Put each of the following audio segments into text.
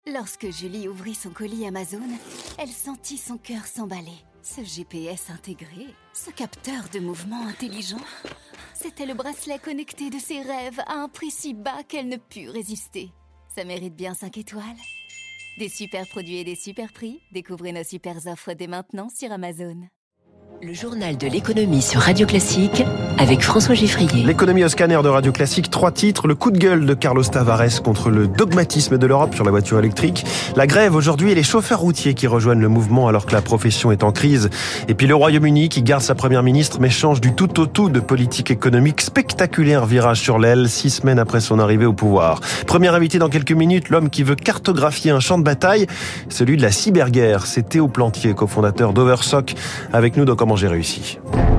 Lorsque Julie ouvrit son colis Amazon, elle sentit son cœur s'emballer. Ce GPS intégré, ce capteur de mouvement intelligent, c'était le bracelet connecté de ses rêves à un prix si bas qu'elle ne put résister. Ça mérite bien 5 étoiles. Des super produits et des super prix, découvrez nos super offres dès maintenant sur Amazon. Le journal de l'économie sur Radio Classique avec François Geffrier. L'économie au scanner de Radio Classique, 3 titres. Le coup de gueule de Carlos Tavares contre le dogmatisme de l'Europe sur la voiture électrique. La grève aujourd'hui et les chauffeurs routiers qui rejoignent le mouvement alors que la profession est en crise. Et puis le Royaume-Uni qui garde sa première ministre mais change du tout au tout de politique économique. Spectaculaire virage sur l'aile 6 semaines après son arrivée au pouvoir. Premier invité dans quelques minutes, l'homme qui veut cartographier un champ de bataille, celui de la cyberguerre. C'est Théo Plantier, cofondateur d'Oversock, avec nous dans Comment j'ai réussi.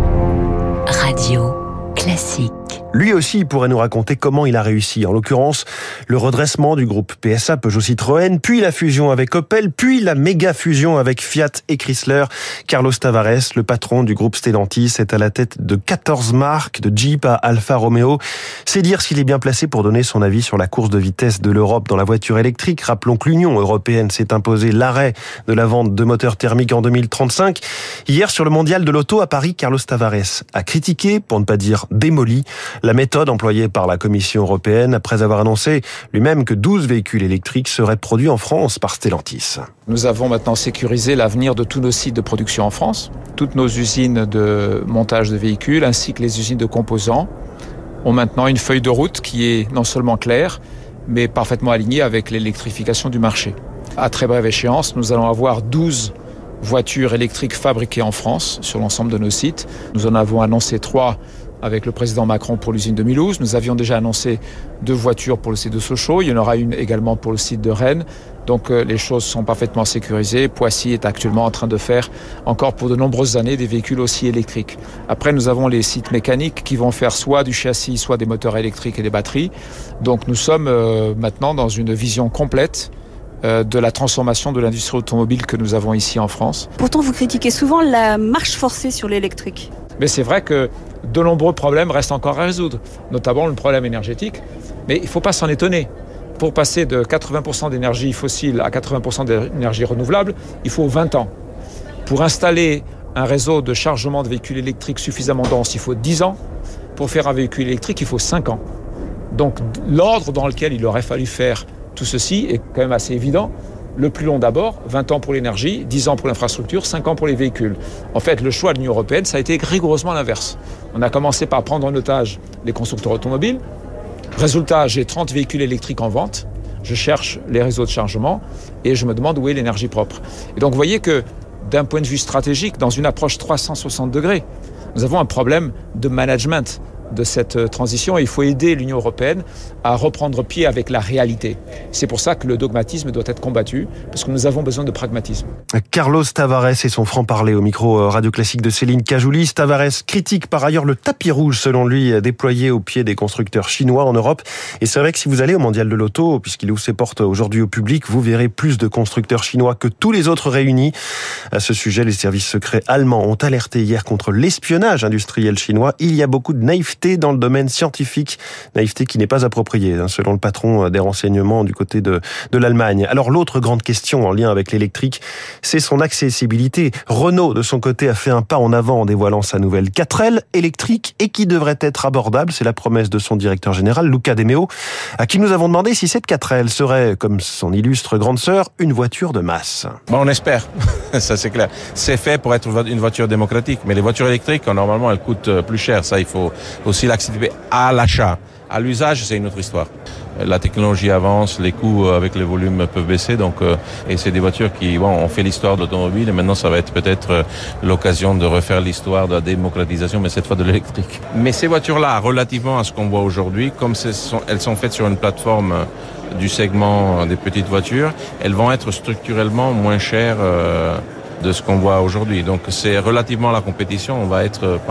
Radio Classique. Lui aussi, il pourrait nous raconter comment il a réussi. En l'occurrence, le redressement du groupe PSA, Peugeot Citroën, puis la fusion avec Opel, puis la méga fusion avec Fiat et Chrysler. Carlos Tavares, le patron du groupe Stellantis, est à la tête de 14 marques, de Jeep à Alfa Romeo. C'est dire s'il est bien placé pour donner son avis sur la course de vitesse de l'Europe dans la voiture électrique. Rappelons que l'Union européenne s'est imposée l'arrêt de la vente de moteurs thermiques en 2035. Hier, sur le mondial de l'auto à Paris, Carlos Tavares a critiqué, pour ne pas dire démoli, la méthode employée par la Commission européenne après avoir annoncé lui-même que 12 véhicules électriques seraient produits en France par Stellantis. Nous avons maintenant sécurisé l'avenir de tous nos sites de production en France. Toutes nos usines de montage de véhicules ainsi que les usines de composants ont maintenant une feuille de route qui est non seulement claire, mais parfaitement alignée avec l'électrification du marché. À très brève échéance, nous allons avoir 12 voitures électriques fabriquées en France sur l'ensemble de nos sites. Nous en avons annoncé 3 avec le président Macron pour l'usine de Mulhouse. Nous avions déjà annoncé 2 voitures pour le site de Sochaux. Il y en aura une également pour le site de Rennes. Donc les choses sont parfaitement sécurisées. Poissy est actuellement en train de faire encore pour de nombreuses années des véhicules aussi électriques. Après, nous avons les sites mécaniques qui vont faire soit du châssis, soit des moteurs électriques et des batteries. Donc nous sommes maintenant dans une vision complète de la transformation de l'industrie automobile que nous avons ici en France. Pourtant, vous critiquez souvent la marche forcée sur l'électrique. Mais c'est vrai que de nombreux problèmes restent encore à résoudre, notamment le problème énergétique. Mais il ne faut pas s'en étonner. Pour passer de 80% d'énergie fossile à 80% d'énergie renouvelable, il faut 20 ans. Pour installer un réseau de chargement de véhicules électriques suffisamment dense, il faut 10 ans. Pour faire un véhicule électrique, il faut 5 ans. Donc l'ordre dans lequel il aurait fallu faire tout ceci est quand même assez évident. Le plus long d'abord, 20 ans pour l'énergie, 10 ans pour l'infrastructure, 5 ans pour les véhicules. En fait, le choix de l'Union européenne, ça a été rigoureusement l'inverse. On a commencé par prendre en otage les constructeurs automobiles. Résultat, j'ai 30 véhicules électriques en vente. Je cherche les réseaux de chargement et je me demande où est l'énergie propre. Et donc, vous voyez que d'un point de vue stratégique, dans une approche 360 degrés, nous avons un problème de management de cette transition et il faut aider l'Union européenne à reprendre pied avec la réalité. C'est pour ça que le dogmatisme doit être combattu, parce que nous avons besoin de pragmatisme. Carlos Tavares et son franc-parler au micro Radio Classique de Céline Cajoulis. Tavares critique par ailleurs le tapis rouge, selon lui, déployé au pied des constructeurs chinois en Europe. Et c'est vrai que si vous allez au Mondial de l'Auto, puisqu'il ouvre ses portes aujourd'hui au public, vous verrez plus de constructeurs chinois que tous les autres réunis. À ce sujet, les services secrets allemands ont alerté hier contre l'espionnage industriel chinois. Il y a beaucoup de naïveté dans le domaine scientifique, naïveté qui n'est pas appropriée, selon le patron des renseignements du côté de l'Allemagne. Alors l'autre grande question en lien avec l'électrique, c'est son accessibilité. Renault, de son côté, a fait un pas en avant en dévoilant sa nouvelle 4L électrique et qui devrait être abordable. C'est la promesse de son directeur général, Luca De Meo, à qui nous avons demandé si cette 4L serait, comme son illustre grande sœur, une voiture de masse. Bon, on espère, ça c'est clair. C'est fait pour être une voiture démocratique, mais les voitures électriques, normalement, elles coûtent plus cher. Ça, il faut aussi l'accessibilité à l'achat. À l'usage, c'est une autre histoire. La technologie avance, les coûts avec les volumes peuvent baisser, donc et c'est des voitures qui ont fait l'histoire de l'automobile et maintenant ça va être peut-être l'occasion de refaire l'histoire de la démocratisation, mais cette fois de l'électrique. Mais ces voitures-là, relativement à ce qu'on voit aujourd'hui, comme elles sont faites sur une plateforme du segment des petites voitures, elles vont être structurellement moins chères de ce qu'on voit aujourd'hui. Donc c'est relativement à la compétition, on va être pas mal.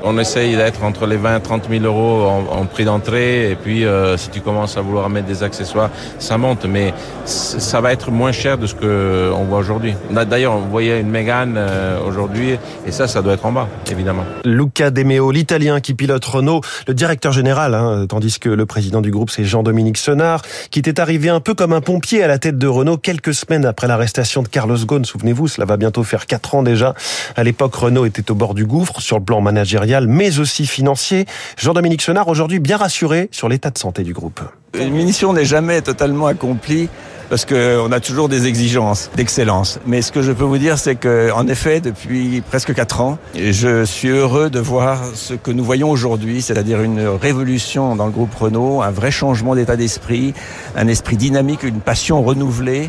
On essaye d'être entre les 20 et 30 000 euros en prix d'entrée. Et puis, si tu commences à vouloir mettre des accessoires, ça monte. Mais ça va être moins cher de ce qu'on voit aujourd'hui. D'ailleurs, on voyait une Mégane aujourd'hui. Et ça doit être en bas, évidemment. Luca De Meo, l'Italien qui pilote Renault, le directeur général, tandis que le président du groupe, c'est Jean-Dominique Senard, qui était arrivé un peu comme un pompier à la tête de Renault quelques semaines après l'arrestation de Carlos Ghosn. Souvenez-vous, cela va bientôt faire 4 ans déjà. À l'époque, Renault était au bord du gouffre sur le plan managérial, mais aussi financier. Jean-Dominique Senard, aujourd'hui bien rassuré sur l'état de santé du groupe. Une mission n'est jamais totalement accomplie parce qu'on a toujours des exigences d'excellence. Mais ce que je peux vous dire, c'est qu'en effet, depuis presque 4 ans, je suis heureux de voir ce que nous voyons aujourd'hui, c'est-à-dire une révolution dans le groupe Renault, un vrai changement d'état d'esprit, un esprit dynamique, une passion renouvelée.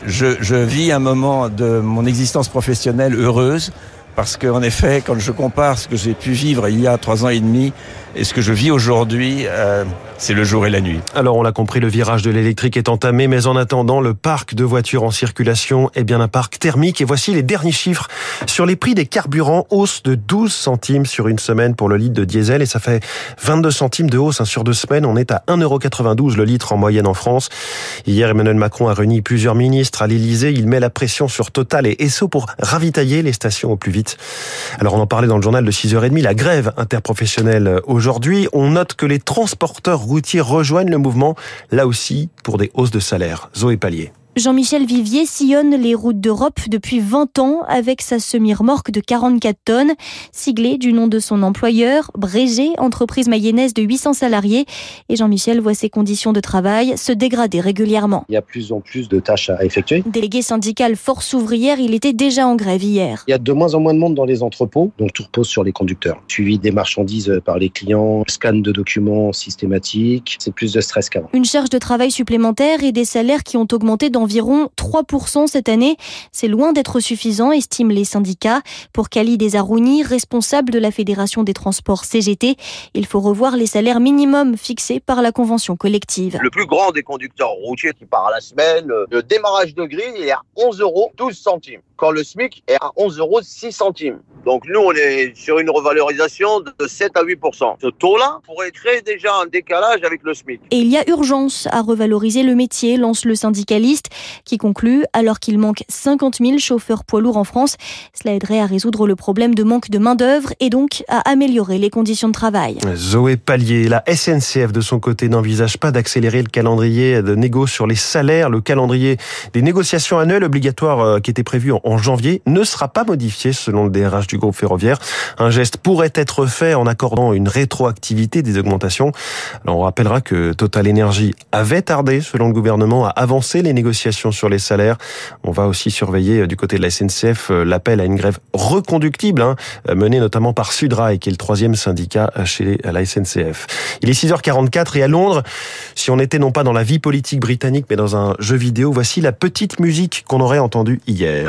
Je vis un moment de mon existence professionnelle heureuse. Parce qu'en effet, quand je compare ce que j'ai pu vivre il y a 3 ans et demi et ce que je vis aujourd'hui, c'est le jour et la nuit. Alors on l'a compris, le virage de l'électrique est entamé, mais en attendant, le parc de voitures en circulation est bien un parc thermique. Et voici les derniers chiffres sur les prix des carburants, hausse de 12 centimes sur une semaine pour le litre de diesel, et ça fait 22 centimes de hausse sur 2 semaines. On est à 1,92 € le litre en moyenne en France. Hier, Emmanuel Macron a réuni plusieurs ministres à l'Elysée. Il met la pression sur Total et Esso pour ravitailler les stations au plus vite. Alors on en parlait dans le journal de 6h30, la grève interprofessionnelle aujourd'hui. On note que les transporteurs routiers rejoignent le mouvement, là aussi pour des hausses de salaire. Zoé Pallier. Jean-Michel Vivier sillonne les routes d'Europe depuis 20 ans avec sa semi-remorque de 44 tonnes, siglée du nom de son employeur, Brégé, entreprise mayonnaise de 800 salariés. Et Jean-Michel voit ses conditions de travail se dégrader régulièrement. Il y a plus en plus de tâches à effectuer. Délégué syndical Force ouvrière, il était déjà en grève hier. Il y a de moins en moins de monde dans les entrepôts, donc tout repose sur les conducteurs. Suivi des marchandises par les clients, scan de documents systématique, c'est plus de stress qu'avant. Une charge de travail supplémentaire et des salaires qui ont augmenté d'environ 3% cette année. C'est loin d'être suffisant, estiment les syndicats. Pour Khalid Ezarouni, responsable de la Fédération des transports CGT, il faut revoir les salaires minimums fixés par la convention collective. Le plus grand des conducteurs routiers qui part à la semaine, le démarrage de grille est à 11,12 €, quand le SMIC est à 11,06 €. Donc nous, on est sur une revalorisation de 7 à 8%. Ce taux-là pourrait créer déjà un décalage avec le SMIC. Et il y a urgence à revaloriser le métier, lance le syndicaliste, qui conclut, alors qu'il manque 50 000 chauffeurs poids lourds en France, cela aiderait à résoudre le problème de manque de main-d'œuvre et donc à améliorer les conditions de travail. Zoé Pallier, la SNCF de son côté n'envisage pas d'accélérer le calendrier de négo sur les salaires. Le calendrier des négociations annuelles obligatoires qui était prévu en janvier ne sera pas modifié selon le DRH du groupe ferroviaire. Un geste pourrait être fait en accordant une rétroactivité des augmentations. Alors on rappellera que Total Energy avait tardé, selon le gouvernement, à avancer les négociations sur les salaires. On va aussi surveiller du côté de la SNCF l'appel à une grève reconductible, menée notamment par Sudrail, qui est le 3e syndicat chez la SNCF. Il est 6h44 et à Londres, si on était non pas dans la vie politique britannique, mais dans un jeu vidéo, voici la petite musique qu'on aurait entendue hier.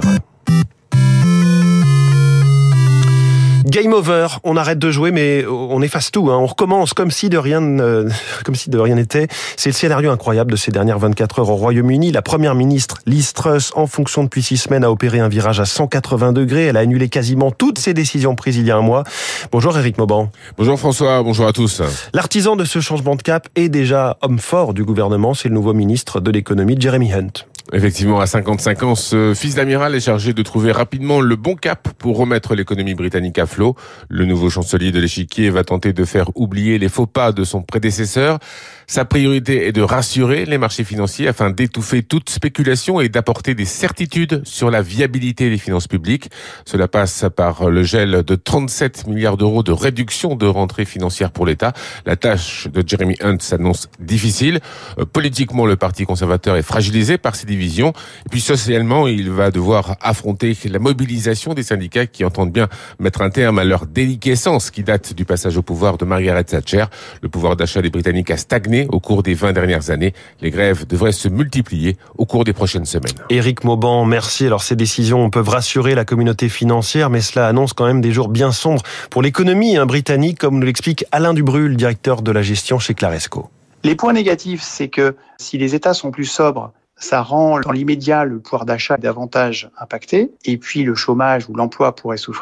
Game over, on arrête de jouer, mais on efface tout. On recommence comme si de rien n'était. C'est le scénario incroyable de ces dernières 24 heures au Royaume-Uni. La première ministre Liz Truss, en fonction depuis 6 semaines, a opéré un virage à 180 degrés. Elle a annulé quasiment toutes ses décisions prises il y a un mois. Bonjour Éric Mauban. Bonjour François, bonjour à tous. L'artisan de ce changement de cap est déjà homme fort du gouvernement. C'est le nouveau ministre de l'économie, Jeremy Hunt. Effectivement, à 55 ans, ce fils d'amiral est chargé de trouver rapidement le bon cap pour remettre l'économie britannique à flot. Le nouveau chancelier de l'échiquier va tenter de faire oublier les faux pas de son prédécesseur. Sa priorité est de rassurer les marchés financiers afin d'étouffer toute spéculation et d'apporter des certitudes sur la viabilité des finances publiques. Cela passe par le gel de 37 milliards d'euros de réduction de rentrée financière pour l'État. La tâche de Jeremy Hunt s'annonce difficile. Politiquement, le Parti conservateur est fragilisé par ses divisions. Et puis socialement, il va devoir affronter la mobilisation des syndicats qui entendent bien mettre un terme à leur déliquescence qui date du passage au pouvoir de Margaret Thatcher. Le pouvoir d'achat des Britanniques a stagné au cours des 20 dernières années. Les grèves devraient se multiplier au cours des prochaines semaines. Éric Mauban, merci. Alors ces décisions peuvent rassurer la communauté financière, mais cela annonce quand même des jours bien sombres pour l'économie britannique, comme nous l'explique Alain Dubrulle, directeur de la gestion chez Claresco. Les points négatifs, c'est que si les États sont plus sobres, ça rend dans l'immédiat le pouvoir d'achat davantage impacté, et puis le chômage ou l'emploi pourrait souffrir.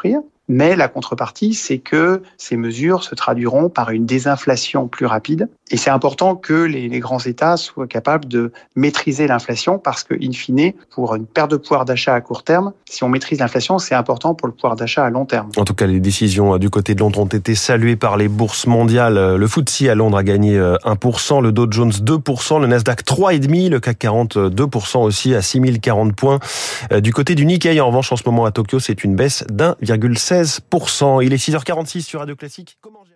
Mais la contrepartie, c'est que ces mesures se traduiront par une désinflation plus rapide. Et c'est important que les grands États soient capables de maîtriser l'inflation parce que, in fine, pour une perte de pouvoir d'achat à court terme, si on maîtrise l'inflation, c'est important pour le pouvoir d'achat à long terme. En tout cas, les décisions du côté de Londres ont été saluées par les bourses mondiales. Le FTSE à Londres a gagné 1%, le Dow Jones 2%, le Nasdaq 3,5%, le CAC 40 2% aussi à 6040 points. Du côté du Nikkei, en revanche, en ce moment à Tokyo, c'est une baisse d'1,16%. Il est 6h46 sur Radio Classique. Comment